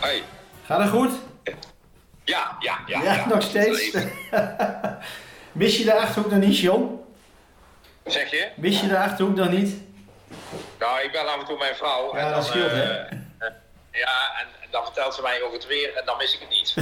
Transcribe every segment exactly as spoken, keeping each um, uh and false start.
Hoi. Gaat het goed? Ja, ja, ja. Ja, ja. nog steeds. Mis je de Achterhoek nog niet, John? Zeg je? Mis je de Achterhoek nog niet? Nou, ik bel af en toe mijn vrouw. Ja, en dan, dat scheelt, uh, hè? uh, ja, en dan vertelt ze mij over het weer en dan mis ik het niet.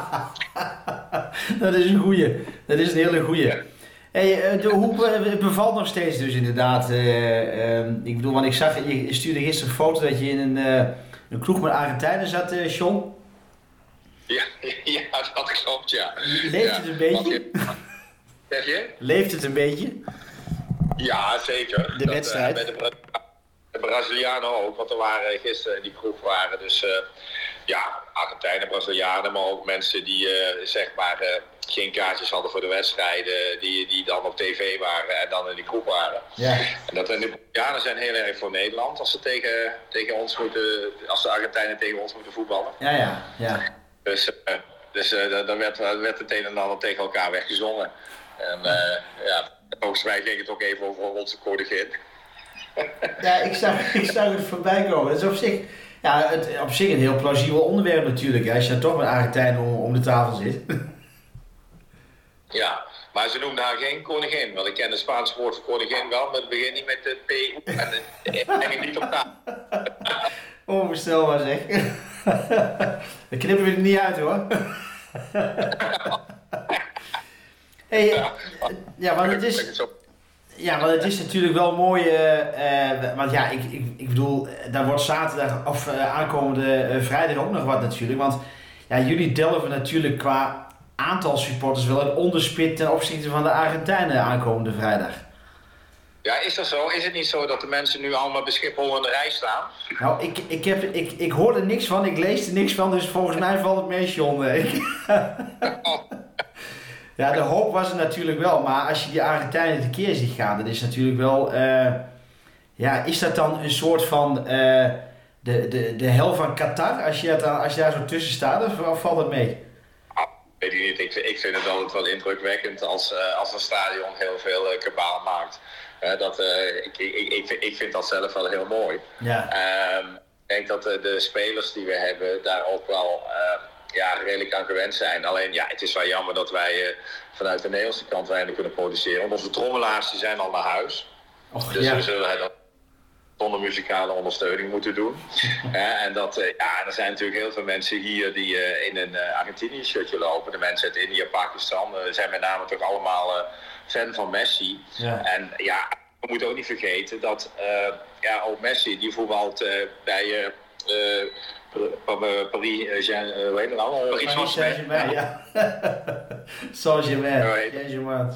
Dat is een goeie. Dat is een hele goeie. Ja. Hey, uh, de, hoe, het bevalt nog steeds dus inderdaad. Uh, uh, ik bedoel, want ik zag, je stuurde gisteren een foto dat je in een, uh, een kroeg met Argentijnen zat, uh, John. Ja, ja, dat klopt, ja. Leeft ja. het een beetje? Zeg je? Leeft het een beetje? Ja, zeker. De dat, wedstrijd? Uh, bij de, Bra de Brazilianen ook, want er waren gisteren in die kroeg waren dus uh, ja, Argentijnen, Brazilianen, maar ook mensen die uh, zeg maar uh, geen kaartjes hadden voor de wedstrijden, die, die dan op tv waren en dan in die kroeg waren. Ja. En dat en de Brazilianen zijn heel erg voor Nederland als ze tegen, tegen ons moeten, als de Argentijnen tegen ons moeten voetballen. Ja, ja, ja. Dus, uh, dus uh, dan werd, werd het een en ander tegen elkaar weggezongen. En uh, ja, volgens mij ging het ook even over onze koningin. Ja, ik zag, ik zag het voorbij komen. Dat is op zich, ja, het, op zich een heel plausibel onderwerp natuurlijk, hè, als je dan toch met Argentijnen om, om de tafel zit. Ja, maar ze noemden haar geen koningin, want ik ken het Spaanse woord voor koningin wel, maar het begint niet met de P en het hang niet op tafel. Onvoorstelbaar zeg. Dat knippen we er niet uit hoor. Hey, ja, ja, want het is, ja, want het is natuurlijk wel mooi, uh, uh, want ja, ik, ik, ik bedoel, daar wordt zaterdag of uh, aankomende uh, vrijdag ook nog wat natuurlijk, want ja, jullie delven natuurlijk qua aantal supporters wel een onderspit ten opzichte van de Argentijnen aankomende vrijdag. Ja, is dat zo? Is het niet zo dat de mensen nu allemaal bij Schiphol in de rij staan? Nou, ik, ik, heb, ik, ik hoor er niks van, ik lees er niks van, dus volgens mij valt het mee, John. Oh. Ja, de hoop was er natuurlijk wel, maar als je die Argentijnen tekeer ziet gaan, dat is natuurlijk wel, uh, ja, is dat dan een soort van uh, de, de, de hel van Qatar, als je, het, als je daar zo tussen staat, of, of valt het mee? Ah, weet ik niet, ik, ik vind het altijd wel indrukwekkend als, uh, als een stadion heel veel uh, kabaal maakt. Uh, dat, uh, ik, ik, ik, ik vind dat zelf wel heel mooi. Ja. Um, ik denk dat uh, de spelers die we hebben daar ook wel uh, ja, redelijk aan gewend zijn. Alleen ja, het is wel jammer dat wij uh, vanuit de Nederlandse kant weinig kunnen produceren. Want onze trommelaars die zijn al naar huis. Och, dus ja. we zullen dat zonder muzikale ondersteuning moeten doen. uh, en, dat, uh, ja, er zijn natuurlijk heel veel mensen hier die uh, in een uh, Argentinië shirtje lopen. De mensen uit India, Pakistan uh, zijn met name toch allemaal uh, fan van Messi. Ja. En ja, we moeten ook niet vergeten dat uh, ja, ook Messi die voetbalt uh, bij uh, uh, Paris, uh, hoe heet het nou? Paris Saint-Germain, ja. Saint-Germain. Saint-Germain.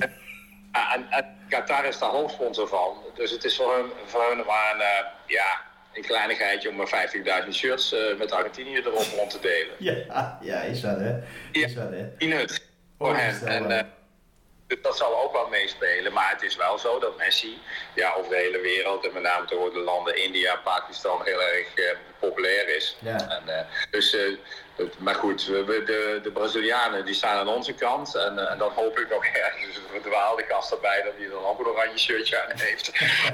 En, en Qatar is daar hoofdsponsor van. Dus het is voor hun, voor hun maar een, uh, ja, een kleinigheidje om vijftigduizend shirts uh, met Argentinië erop rond te delen. Ja, ja, is dat hè. Is dat hè. In het voor hen. En, uh, dus dat zal ook wel meespelen. Maar het is wel zo dat Messi ja, over de hele wereld en met name door de landen India en Pakistan heel erg uh, populair is. Ja. En, uh, dus, uh, het, maar goed, we, de, de Brazilianen die staan aan onze kant. En, uh, en dan hoop ik nog ergens een verdwaalde gast erbij dat hij dan ook een oranje shirtje aan heeft.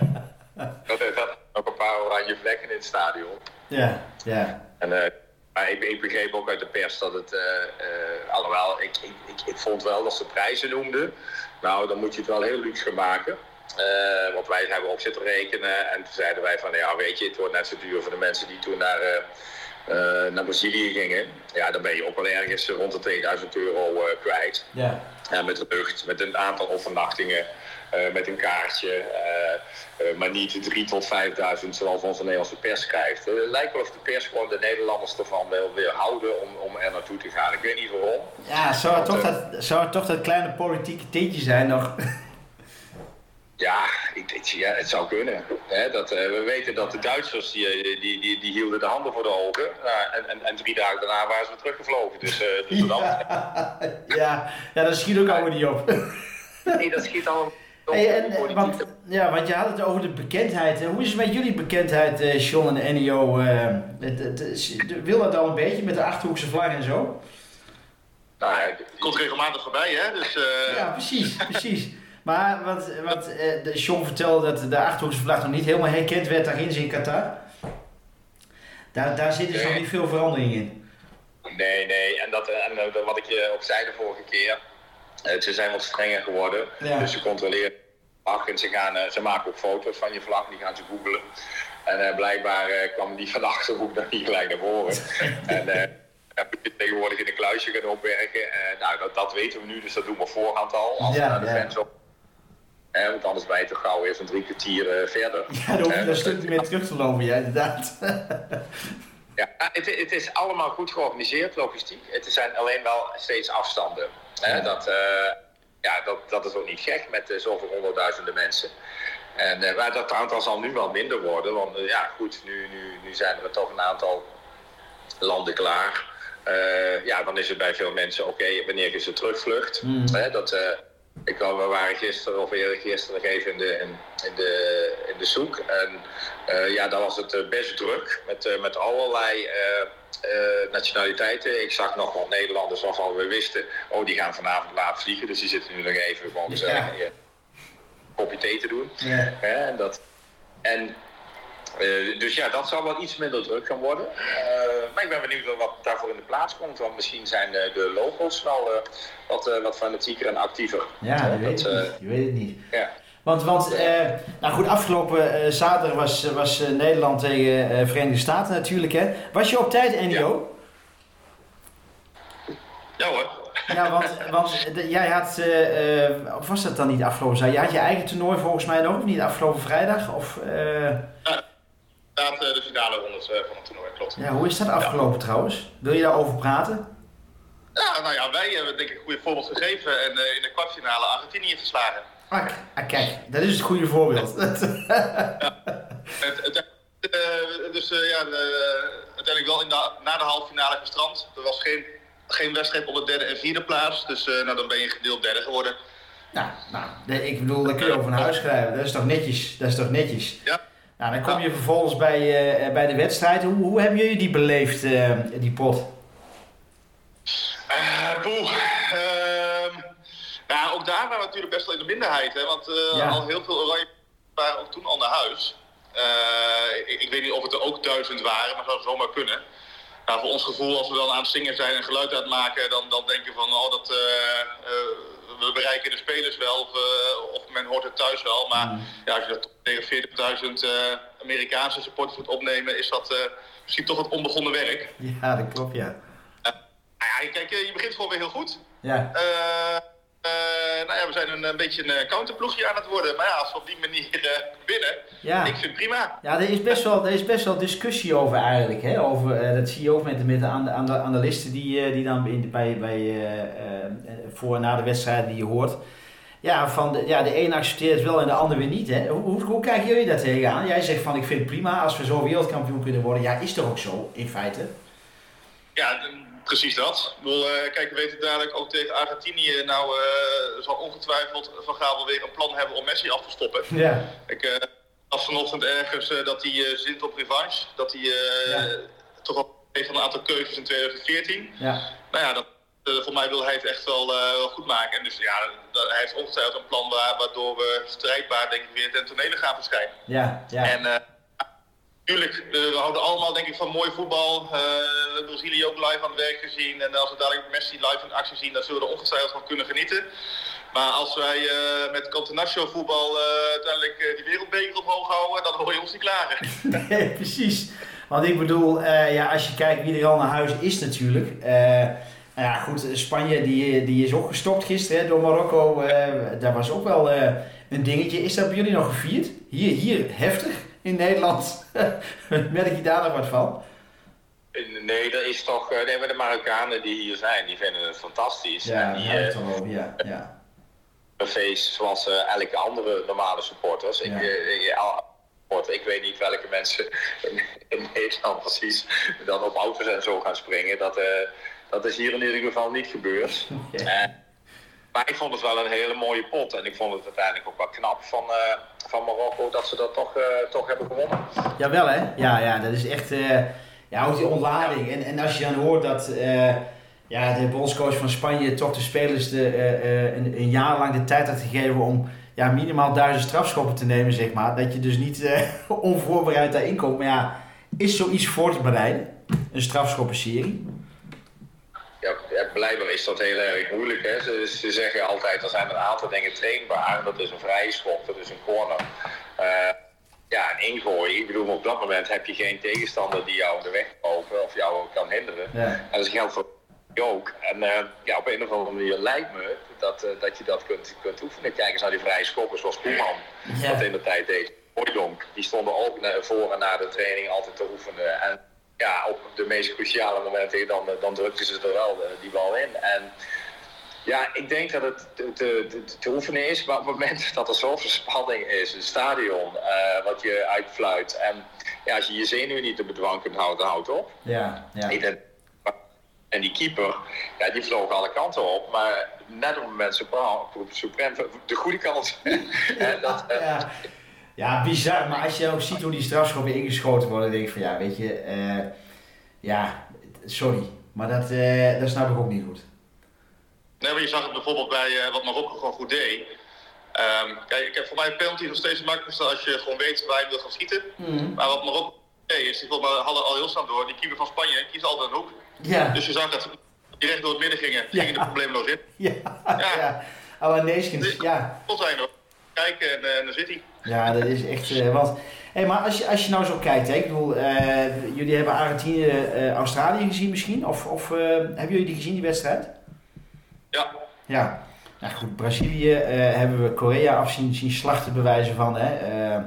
dat heeft ook een paar oranje vlekken in het stadion. Ja, ja. En, uh, maar ik, ik begreep ook uit de pers dat het, uh, uh, alhoewel, ik, ik, ik, ik vond wel dat ze prijzen noemden. Nou, dan moet je het wel heel luxe gaan maken. Uh, want wij hebben ook zitten rekenen en toen zeiden wij van, ja weet je, het wordt net zo duur voor de mensen die toen naar, uh, uh, naar Brazilië gingen. Ja, dan ben je ook wel ergens rond de tweeduizend euro uh, kwijt. Ja. Uh, met de lucht, met een aantal overnachtingen. Uh, met een kaartje, uh, uh, maar niet drie tot vijfduizend zoals onze Nederlandse pers schrijft. Uh, het lijkt wel of de pers gewoon de Nederlanders ervan wil weerhouden om, om er naartoe te gaan. Ik weet niet waarom. Ja, zou het, toch, dat, zou het toch dat kleine politieke tintje zijn nog? Ja, ik, ik, ja, het zou kunnen. Hè, dat, uh, we weten dat de Duitsers die, die, die, die hielden de handen voor de ogen. Uh, en, en, en drie dagen daarna waren ze weer teruggevlogen. Dus, uh, dus ja, ja, ja, dat schiet ook allemaal niet op. Nee, dat schiet allemaal. Hey, en, want, ja, want je had het over de bekendheid. Hoe is het met jullie bekendheid, uh, John en Ennio? Uh, het, het, het, wil dat al een beetje met de Achterhoekse vlag en zo? Nou, het komt regelmatig voorbij, hè? Dus, uh... Ja, precies, precies. Maar wat, wat uh, John vertelde dat de Achterhoekse vlag nog niet helemaal herkend werd daar in Qatar. Daar, daar zit dus nee. nog niet veel verandering in. Nee, nee. En, dat, en wat ik je ook zei de vorige keer, ze zijn wat strenger geworden. Ja. Dus ze controleren vlag en ze, gaan, ze maken ook foto's van je vlag, die gaan ze googlen. En uh, blijkbaar uh, kwam die van de Achterhoek dan niet gelijk naar voren. en uh, moet je tegenwoordig in een kluisje gaan opwerken. Uh, nou, dat, dat weten we nu, dus dat doen we voorhand al. Als ja, we naar de ja. fans op. Uh, want anders ben je toch gauw weer zo'n drie kwartier uh, verder. Ja, dan hoef je uh, een stuk meer terug te lopen, ja, inderdaad. ja, het, het is allemaal goed georganiseerd, logistiek. Het zijn alleen wel steeds afstanden. Ja. Uh, dat, uh, ja, dat, dat is ook niet gek met uh, zoveel honderdduizenden mensen. En uh, maar dat aantal zal nu wel minder worden, want uh, ja goed, nu, nu, nu zijn er toch een aantal landen klaar. Uh, ja, dan is het bij veel mensen oké, okay, wanneer is de terugvlucht? Mm. Uh, dat, uh, ik, we waren gisteren of eerder gisteren nog even in de, in, in de, in de zoek. En uh, ja, dan was het uh, best druk met, uh, met allerlei uh, uh, nationaliteiten. Ik zag nog wel Nederlanders waarvan we wisten, oh die gaan vanavond laat vliegen, dus die zitten nu nog even gewoon gezellig. Ja. kopje thee te doen. Yeah. Ja, en dat, en, uh, dus ja, dat zal wel iets minder druk gaan worden. Uh, maar ik ben benieuwd wat daarvoor in de plaats komt. Want misschien zijn de, de locals wel uh, wat, uh, wat fanatieker en actiever. Ja, je weet, uh, je weet het niet. Ja. Want, want uh, nou goed, afgelopen uh, zaterdag was, was uh, Nederland tegen uh, Verenigde Staten natuurlijk. Hè. Was je op tijd, Ennio? Ja, ja hoor. Ja, want, want de, jij had, uh, uh, of was dat dan niet afgelopen zaterdag? Je had je eigen toernooi volgens mij nog, niet afgelopen vrijdag? Of, uh... ja, inderdaad de finale ronde uh, van het toernooi, klopt. Ja, hoe is dat afgelopen ja. trouwens? Wil je daarover praten? Ja, nou ja, wij hebben denk ik een goede voorbeeld gegeven en uh, in de kwartfinale Argentinië verslagen. Ah, ah, kijk, dat is het goede voorbeeld. ja. het, het, uh, dus uh, ja, uh, uiteindelijk wel in de, na de halve finale gestrand. Er was geen... Geen wedstrijd op de derde en vierde plaats, dus uh, nou, dan ben je gedeeld derde geworden. Nou, nou nee, ik bedoel, dat kun je over een huis schrijven, dat is toch netjes, dat is toch netjes. Ja. Nou, dan kom je ja. vervolgens bij, uh, bij de wedstrijd. Hoe, hoe hebben jullie die beleefd, uh, die pot? Uh, boe. Uh, nou, ook daar waren we natuurlijk best wel in de minderheid, hè, want uh, ja. al heel veel oranje waren ook toen al naar huis. Uh, ik, ik weet niet of het er ook duizend waren, maar dat zou zomaar kunnen. Nou, voor ons gevoel, als we dan aan het zingen zijn en geluid aan het maken, dan, dan denken we van, oh, dat, uh, uh, we bereiken de spelers wel, of, uh, of men hoort het thuis wel. Maar mm. ja, als je dat tegen veertigduizend uh, Amerikaanse supporters moet opnemen, is dat uh, misschien toch het onbegonnen werk. Ja, dat klopt, ja. Uh, nou ja, kijk, je begint gewoon weer heel goed. Ja. Uh, Uh, nou ja, we zijn een, een beetje een counterploegje aan het worden. Maar ja, als we op die manier uh, winnen, ja. ik vind het prima. Ja, er is best wel, er is best wel discussie over eigenlijk. Hè? Over, uh, dat zie je ook met, met de analisten die, uh, die dan in, bij, bij, uh, uh, voor en na de wedstrijden die je hoort. Ja, van de, ja, de ene accepteert het wel en de ander weer niet. Hè? Hoe, hoe, hoe kijken jullie daar tegenaan? Jij zegt van ik vind het prima als we zo wereldkampioen kunnen worden. Ja, is toch ook zo in feite? Ja, precies dat. Ik bedoel, uh, kijk, we weten dadelijk ook tegen Argentinië. Nou, uh, zal ongetwijfeld Van Gaal wel weer een plan hebben om Messi af te stoppen. Ja. Ik uh, las vanochtend ergens uh, dat hij uh, zint op revanche. Dat hij uh, ja. toch al heeft van een aantal keuzes in twintig veertien. Ja. Nou ja, dat, uh, voor mij wil hij het echt wel, uh, wel goed maken. En dus ja, dat, hij heeft ongetwijfeld een plan waar, waardoor we strijdbaar denk ik weer ten tonele gaan verschijnen. Ja, ja. En, uh, Tuurlijk, we houden allemaal denk ik van mooi voetbal. Uh, Brazilië ook live aan het werk gezien. En als we dadelijk Messi live in actie zien, dan zullen we er ongetwijfeld van kunnen genieten. Maar als wij uh, met Catenaccio voetbal uh, uiteindelijk uh, die wereldbeker omhoog houden, dan hoor je ons niet klagen. Nee, precies. Want ik bedoel, uh, ja, als je kijkt wie er al naar huis is natuurlijk. Uh, nou ja, goed, Spanje die, die is ook gestopt gisteren hè, door Marokko. Uh, daar was ook wel uh, een dingetje. Is dat bij jullie nog gevierd? Hier, hier heftig. In Nederland, merk je daar nog wat van? Nee, dat is toch, nee, maar de Marokkanen die hier zijn, die vinden het fantastisch. Ja, en die, uh, toch wel, ja, ja. Een feest zoals uh, elke andere normale supporters. Ik, ja. uh, ja, ik weet niet welke mensen in, in Nederland precies dan op auto's en zo gaan springen. Dat, uh, dat is hier in ieder geval niet gebeurd. Ja. Uh, Maar ik vond het wel een hele mooie pot en ik vond het uiteindelijk ook wel knap van, uh, van Marokko dat ze dat toch, uh, toch hebben gewonnen. Jawel hè, ja, ja dat is echt, uh, ja ook die ontlading. En, en als je dan hoort dat uh, ja, de bondscoach van Spanje toch de spelers de, uh, uh, een, een jaar lang de tijd had gegeven om ja, minimaal duizend strafschoppen te nemen zeg maar. Dat je dus niet uh, onvoorbereid daarin komt. Maar ja, Is zoiets voor te bereiden? Een strafschoppenserie? Ja, blijkbaar is dat heel erg moeilijk. Hè? Ze, ze zeggen altijd, er zijn een aantal dingen trainbaar. Dat is een vrije schop, dat is een corner. Uh, ja, een ingooi. Ik bedoel, op dat moment heb je geen tegenstander die jou in de weg lopen of jou kan hinderen. Ja. En dat geldt voor ook. En uh, ja, op een of andere manier lijkt me dat, uh, dat je dat kunt, kunt oefenen. Kijk eens naar die vrije schoppen zoals Koeman ja. dat in de tijd deed. Hooijdonk, die stonden ook voor en na de training altijd te oefenen. En ja, op de meest cruciale momenten dan, dan drukten ze er wel die bal in. En ja, ik denk dat het te, te, te, te oefenen is, maar op het moment dat er zoveel spanning is, een stadion uh, wat je uitfluit. En ja, als je je zenuwen niet te bedwang kunt houden, dan houdt het op. Ja, ja. En die keeper, ja, die vloog alle kanten op, maar net op het moment Supreme, de goede kant. Ja, dat, uh, ja. ja, bizar. Maar als je ook ziet hoe die strafschoppen ingeschoten worden, denk ik van ja, weet je, uh, ja, sorry, maar dat, uh, dat snap ik ook niet goed. Nee, maar je zag het bijvoorbeeld bij uh, wat Marokko gewoon goed deed. Um, kijk, ik heb voor mij een penalty nog steeds makkelijker als je gewoon weet waar je wil gaan schieten. Mm. Maar wat Marokko deed is, die hadden al heel snel door, die keeper van Spanje kiest altijd een hoek. Ja. Dus je zag dat die recht door het midden gingen, gingen ja. de probleemloos in. Ja, ja. ja. Alle Nations, ja. Tot zijn hoor. Kijken en, uh, en dan zit hij. Ja, dat is echt, uh, want... Hey, maar als je, als je nou zo kijkt, hè, ik bedoel, uh, jullie hebben Argentinië, uh, Australië gezien misschien? Of, of uh, hebben jullie die gezien, die wedstrijd? Ja. Ja. Nou goed, Brazilië uh, hebben we Korea af zien, zien slachten bewijzen van, hè. Uh,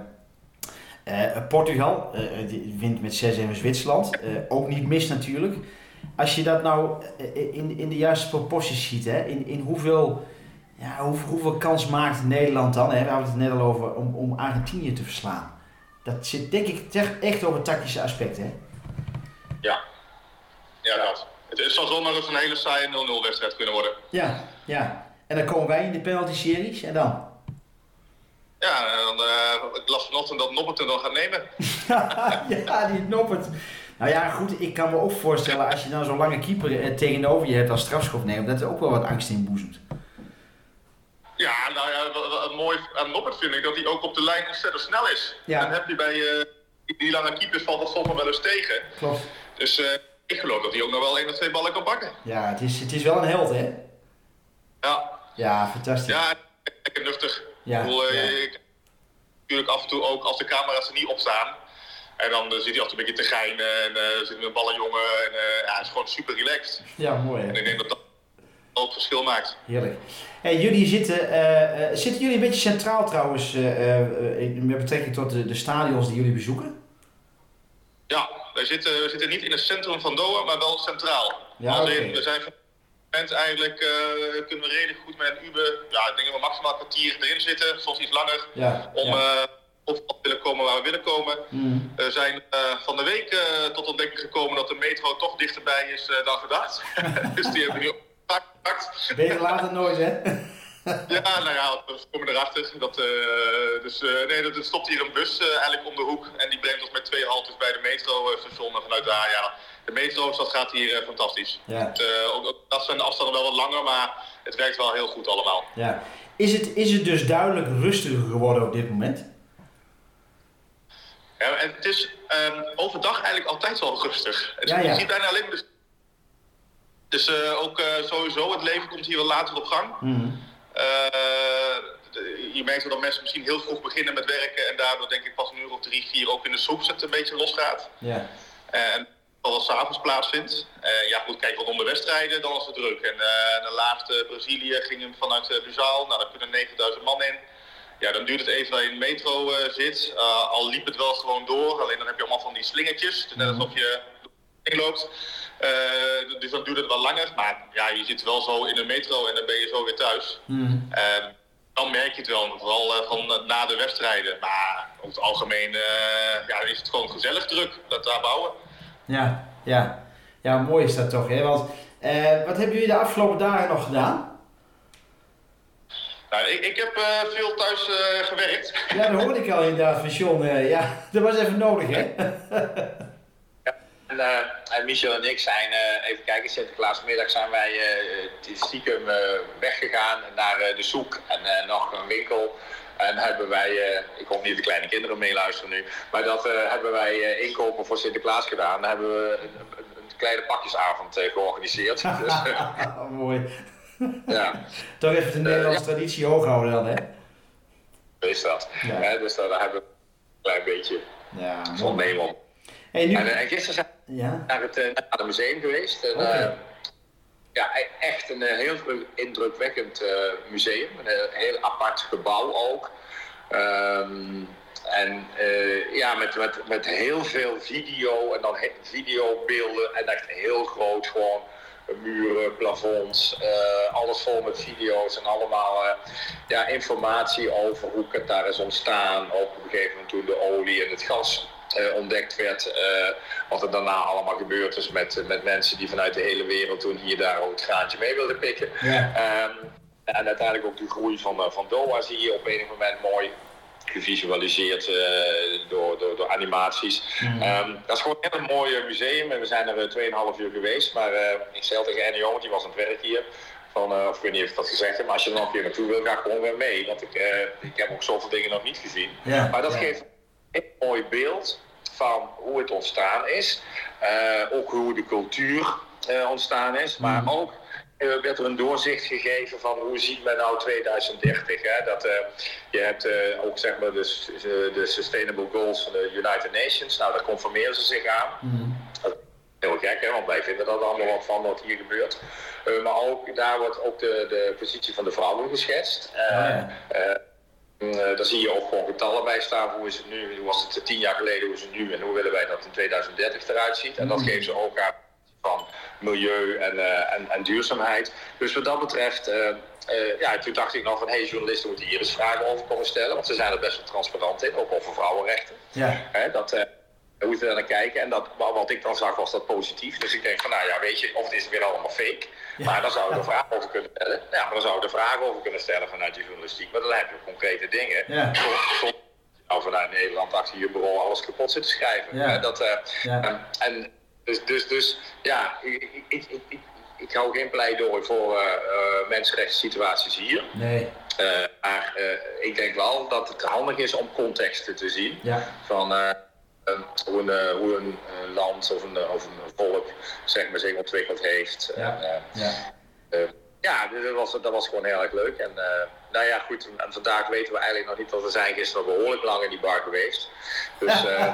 uh, Portugal, uh, die wint met zes een Zwitserland. Uh, ook niet mis natuurlijk. Als je dat nou in, in de juiste proporties ziet, hè, in, in hoeveel, ja, hoe, hoeveel kans maakt Nederland dan, hè, we hadden het net al over, om, om Argentinië te verslaan. Dat zit denk ik echt over tactische aspecten, hè? Ja, ja dat. Het, het zal zomaar eens een hele saaie nul nul wedstrijd kunnen worden. Ja, ja. En dan komen wij in de penalty-series en dan? Ja, en dan uh, ik las vanochtend dat Noppert dan gaat nemen. Ja, die Noppert. Nou ja, goed, ik kan me ook voorstellen als je nou zo'n lange keeper eh, tegenover je hebt als strafschop neemt, dat er ook wel wat angst inboezemt. Ja, nou ja, wat, wat mooi aan Noppert vind ik dat hij ook op de lijn ontzettend snel is. Ja. Dan heb je bij uh, die, die lange keepers valt dat soms wel eens tegen. Klopt. Dus uh, ik geloof dat hij ook nog wel één of twee ballen kan pakken. Ja, het is, het is wel een held, hè? Ja. Ja, fantastisch. Ja, lekker nuchtig. Ja, ik bedoel, uh, ja. ik, natuurlijk af en toe ook als de camera's er niet op staan. En dan uh, zit hij altijd een beetje te geinen en uh, zit met een ballenjongen. En uh, ja, hij is gewoon super relaxed. Ja, mooi hè? En ik denk dat dat ook het verschil maakt. Heerlijk. Hey, jullie zitten, uh, uh, zitten jullie een beetje centraal trouwens, uh, uh, met betrekking tot de, de stadions die jullie bezoeken? Ja, wij zitten, we zitten niet in het centrum van Doha, maar wel centraal. Ja, okay. in, we zijn van het moment eigenlijk, uh, kunnen we redelijk goed met een Uber, ja, ik denk dat we maximaal een kwartier erin zitten, soms iets langer, ja, om... ja. Uh, of we willen komen waar we willen komen. Mm. We zijn uh, van de week uh, tot ontdekking gekomen dat de metro toch dichterbij is uh, dan gedacht. Dus die hebben we nu opgepakt. Beter later nooit, hè? Ja, nou ja, we komen erachter. Dat, uh, dus uh, nee, er stopt hier een bus uh, eigenlijk om de hoek. En die brengt ons met twee haltes bij de metrostation. En vanuit daar, ja, de metro, dat gaat hier uh, fantastisch. Ja. Het, uh, ook, ook, dat zijn de afstanden wel wat langer, maar het werkt wel heel goed allemaal. Ja. Is het, is het dus duidelijk rustiger geworden op dit moment? Ja, en het is um, overdag eigenlijk altijd wel rustig. Het, ja, ja. Je ziet bijna alleen dus, dus uh, ook uh, sowieso, het leven komt hier wel later op gang. Mm-hmm. Uh, de, je merkt wel dat mensen misschien heel vroeg beginnen met werken en daardoor denk ik pas een uur of drie, vier ook in de soep het een beetje losgaat. Ja. Uh, en dat het 's avonds plaatsvindt. Uh, ja goed, kijk, rondom de wedstrijden, dan is het druk. En uh, de laatste Brazilië ging hem vanuit uh, Lusail, nou daar kunnen negenduizend man in. Ja, dan duurt het even dat je in de metro uh, zit. Uh, al liep het wel gewoon door, alleen dan heb je allemaal van die slingertjes. Dus net alsof je loopt. Uh, dus dan duurt het wel langer. Maar ja, je zit wel zo in de metro en dan ben je zo weer thuis. Mm. Uh, dan merk je het wel, vooral uh, van uh, na de wedstrijden. Maar over het algemeen uh, ja, is het gewoon gezellig druk, dat daar bouwen. Ja, ja. Ja, mooi is dat toch, hè? Want uh, wat hebben jullie de afgelopen dagen nog gedaan? Nou, ik, ik heb uh, veel thuis uh, gewerkt. Ja, dat hoorde ik al inderdaad van John. Uh, ja, dat was even nodig, hè? Ja, en, uh, en Michel en ik zijn, uh, even kijken, Sinterklaasmiddag zijn wij uh, stiekem uh, weggegaan naar uh, de Soek en uh, nog een winkel En hebben wij, uh, ik hoop niet de kleine kinderen meeluisteren nu, maar dat uh, hebben wij uh, inkopen voor Sinterklaas gedaan. Dan hebben we een, een, een kleine pakjesavond uh, georganiseerd. Dus, uh, Mooi. Ja. Toch even de Nederlandse uh, ja. traditie hoog houden dan, hè? Is dat. Ja. Hè? Dus daar hebben we een klein beetje ja, van nemen op. Hey, nu... En uh, gisteren zijn we ja. naar, het, uh, naar het museum geweest. En, okay. uh, ja, echt een uh, heel indrukwekkend uh, museum. Een uh, heel apart gebouw ook. Um, en uh, ja, met, met, met heel veel video en dan he- videobeelden en echt heel groot gewoon. Muren, plafonds, uh, alles vol met video's en allemaal uh, ja, informatie over hoe Qatar is ontstaan. Ook op een gegeven moment toen de olie en het gas uh, ontdekt werd. Uh, wat er daarna allemaal gebeurd is met, met mensen die vanuit de hele wereld toen hier daar ook het graantje mee wilden pikken. Ja. Um, en uiteindelijk ook de groei van, uh, van Doha zie je op enig moment mooi gevisualiseerd uh, door, door, door animaties. Mm. Um, dat is gewoon een heel mooi museum en we zijn er twee en een half uur geweest. Maar uh, ik zei al tegen Ennio, want die was aan het werk hier. Van, uh, of ik weet niet of ik dat gezegd heb, maar als je er nog een keer naartoe wil, ga gewoon weer mee. Want ik, uh, ik heb ook zoveel dingen nog niet gezien. Yeah, maar dat yeah. geeft een mooi beeld van hoe het ontstaan is. Uh, ook hoe de cultuur uh, ontstaan is, maar mm. ook Uh, werd er een doorzicht gegeven van hoe ziet men nou tweeduizend dertig. Hè? Dat, uh, je hebt uh, ook zeg maar de, de Sustainable Goals van de United Nations. Nou, daar conformeren ze zich aan. Mm. Dat is heel gek, hè? Want wij vinden dat allemaal wat van wat hier gebeurt. Uh, maar ook daar wordt ook de, de positie van de vrouwen geschetst. Uh, oh, ja. uh, uh, daar zie je ook gewoon getallen bij staan. Hoe is het nu? Hoe was het tien jaar geleden? Hoe is het nu? En hoe willen wij dat in tweeduizend dertig eruit ziet? En dat mm. geven ze ook aan van milieu en, uh, en, en duurzaamheid. Dus wat dat betreft, uh, uh, ja, toen dacht ik nog van, hé, hey, journalisten moeten hier eens vragen over komen stellen, want ze zijn er best wel transparant in, ook over vrouwenrechten. Ja. Hè, dat, uh, we moeten daar naar kijken en dat, wat ik dan zag was dat positief. Dus ik denk van, nou ja, weet je, of het is weer allemaal fake, ja. maar dan zouden we er vragen over kunnen stellen. Ja, maar dan zouden we er vragen over kunnen stellen vanuit de journalistiek, maar dan heb je concrete dingen. Ja. Soms, nou, vanuit Nederland achter je bureau alles kapot zitten schrijven. Ja. Hè, dat, uh, ja. en, en Dus, dus, dus ja, ik, ik, ik, ik, ik, ik hou geen pleidooi voor uh, uh, mensenrechtssituaties hier. Nee. Uh, maar uh, ik denk wel dat het handig is om contexten te zien. Ja. Van uh, uh, hoe een, uh, hoe een uh, land of een, of een volk zeg maar, zich ontwikkeld heeft. Ja. Uh, ja. Uh, ja, dat was, dat was gewoon heel erg leuk. En uh, nou ja, goed, en vandaag weten we eigenlijk nog niet wat we zijn gisteren behoorlijk lang in die bar geweest. Dus uh,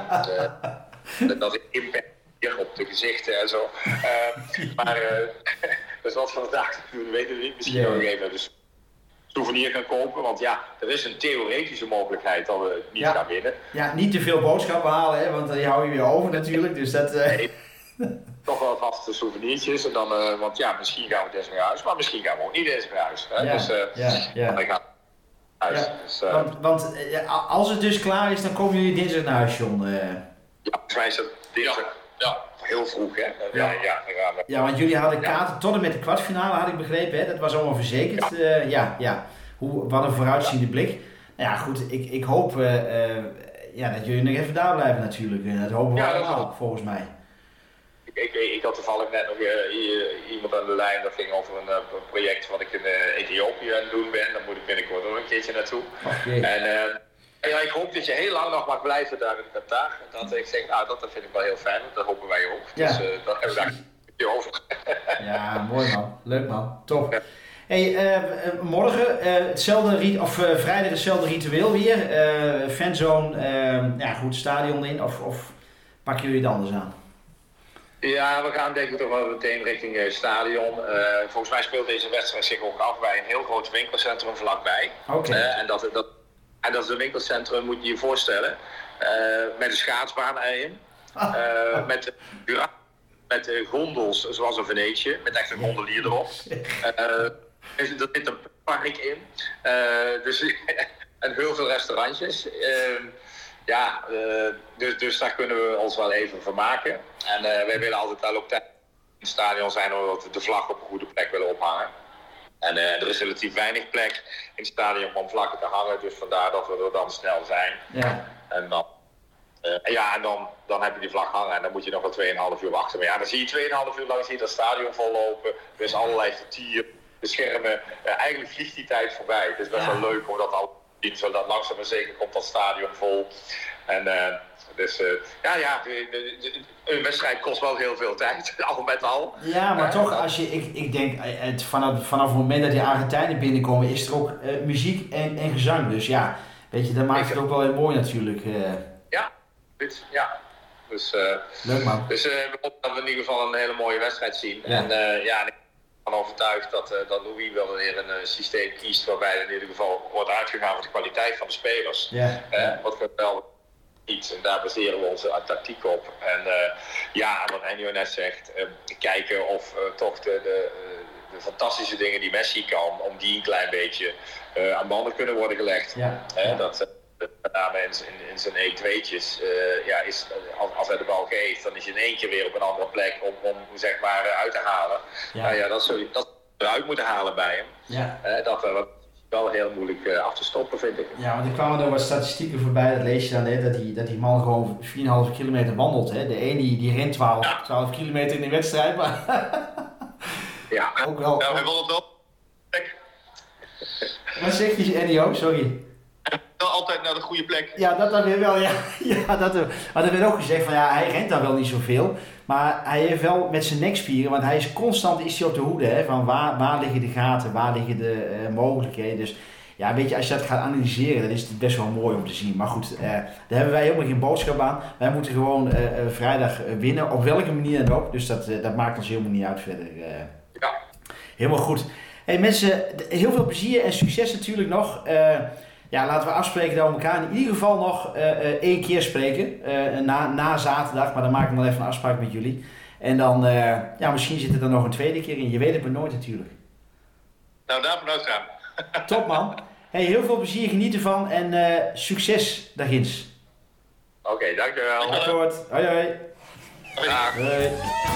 uh, dat is impact op de gezichten en zo. Uh, maar uh, dus wat we vandaag doen, weten we niet. Misschien yeah. nog even dus souvenir gaan kopen. Want ja, er is een theoretische mogelijkheid dat we niet ja. gaan winnen. Ja, niet te veel boodschappen halen, hè, want die hou je weer over natuurlijk. Dus dat, uh... nee, toch wel vaste souvenirtjes. En dan, uh, want ja, misschien gaan we eens naar huis, maar misschien gaan we ook niet eens naar huis. Hè? Ja. Dus uh, ja. Ja. dan gaan we naar huis. Ja. Dus, uh, want want uh, als het dus klaar is, dan komen jullie dinsdag naar huis, John. Uh... Ja, volgens mij is dat dinsdag. Ja. Ja, heel vroeg, hè? Ja, ja, ja, ja, ja want jullie hadden kaarten ja. tot en met de kwartfinale, had ik begrepen, hè? Dat was allemaal verzekerd. Ja, uh, ja, ja. Hoe, wat een vooruitziende ja. blik. Nou ja, goed, ik, ik hoop uh, uh, ja, dat jullie nog even daar blijven natuurlijk. Dat hopen we ja, allemaal, ook, volgens mij. Ik, ik, ik had toevallig net nog uh, iemand aan de lijn, dat ging over een uh, project wat ik in uh, Ethiopië aan het doen ben. Daar moet ik binnenkort ook een keertje naartoe. Okay. En, uh, Ja, ik hoop dat je heel lang nog mag blijven daar in Qatar. Dat ik zeg, nou, dat, dat vind ik wel heel fijn, dat hopen wij ook. Ja. Dus uh, dat hebben we daar een beetje over. Ja, mooi man. Leuk man. Top. Ja. Hey, uh, morgen uh, hetzelfde rit of uh, vrijdag hetzelfde ritueel weer. Uh, fanzone, uh, ja goed, stadion in of, of pakken jullie het anders aan? Ja, we gaan denk ik toch wel meteen richting uh, stadion. Uh, volgens mij speelt deze wedstrijd zich ook af bij een heel groot winkelcentrum vlakbij. Oké. Okay. Uh, en dat, dat En dat is een winkelcentrum, moet je je voorstellen, uh, met een schaatsbaan erin, uh, met, met uh, gondels zoals een Venetië, met echt een gondelier erop. Uh, er zit een park in, uh, dus, en heel veel restaurantjes. Uh, ja, uh, dus, dus daar kunnen we ons wel even vermaken. En uh, wij willen altijd wel op tijd in het stadion zijn, omdat we de vlag op een goede plek willen ophangen. En uh, er is relatief weinig plek in het stadion om vlaggen te hangen, dus vandaar dat we er dan snel zijn. Ja. En dan, uh, ja, en dan, dan heb je die vlag hangen en dan moet je nog wel twee en een half uur wachten. Maar ja, dan zie je twee en een half uur lang zie je dat stadion vollopen. Er is allerlei vertier, de schermen. Uh, eigenlijk vliegt die tijd voorbij. Het is best ja. wel leuk om dat al zodat langzaam maar zeker komt dat stadion vol. En uh, dus uh, ja, ja de, de, de, een wedstrijd kost wel heel veel tijd, al met al. Ja, maar uh, toch, als je, ik, ik denk, het, vanaf, vanaf het moment dat die Argentijnen binnenkomen, is er ook uh, muziek en, en gezang. Dus ja, weet je, dat maakt het ook wel heel mooi natuurlijk. Uh. Ja, dit, ja. Dus, uh, leuk man. Dus uh, we hopen dat we in ieder geval een hele mooie wedstrijd zien. Ja. En uh, ja, ik ben ervan overtuigd dat, uh, dat Louis wel weer een uh, systeem kiest waarbij in ieder geval wordt uitgegaan van de kwaliteit van de spelers. Ja. Uh, wat we wel iets en daar baseren we onze tactiek op. En uh, ja, wat Ennio net zegt, uh, kijken of uh, toch de, de, uh, de fantastische dingen die Messi kan, om die een klein beetje uh, aan banden kunnen worden gelegd. Ja. Uh, Ja. dat, uh, met name in, in, in zijn een tweetjes, uh, ja, is, als, als hij de bal geeft, dan is hij in één keer weer op een andere plek om, om zeg maar uit te halen. Ja. Nou ja, dat zou je dat eruit moeten halen bij hem. Ja. Uh, dat uh, wel heel moeilijk uh, af te stoppen, vind ik. Ja, want er kwamen er wat statistieken voorbij, dat lees je dan, hè, dat, die, dat die man gewoon vier komma vijf kilometer wandelt. Hè. De een die, die rent twaalf, ja. twaalf kilometer in de wedstrijd, maar ja, ook wel. Ja, hij wandelt wel. Wat zeg je, Ennio? Sorry. Wel altijd naar de goede plek. Ja, dat dan weer wel, ja. ja dat, maar er werd ook gezegd van ja, hij rent daar wel niet zoveel. Maar hij heeft wel met zijn nekspieren, want hij is constant is hij op de hoede. Hè, van waar, waar liggen de gaten, waar liggen de uh, mogelijkheden. Dus ja, weet je, als je dat gaat analyseren, dan is het best wel mooi om te zien. Maar goed, uh, daar hebben wij helemaal geen boodschap aan. Wij moeten gewoon uh, uh, vrijdag winnen, op welke manier dan ook. Dus dat, uh, dat maakt ons helemaal niet uit verder. Uh, ja. Helemaal goed. Hey mensen, heel veel plezier en succes natuurlijk nog. Uh, Ja, laten we afspreken dat we elkaar in ieder geval nog uh, uh, één keer spreken. Uh, na, na zaterdag, maar dan maak ik nog even een afspraak met jullie. En dan, uh, ja, misschien zit er dan nog een tweede keer in. Je weet het maar nooit natuurlijk. Nou, daarvan uitgaan. Top man. Hey, heel veel plezier, geniet ervan en uh, succes daarginds. Oké, okay, dankjewel. Akkoord. Hoi hoi. Hoi. Hoi.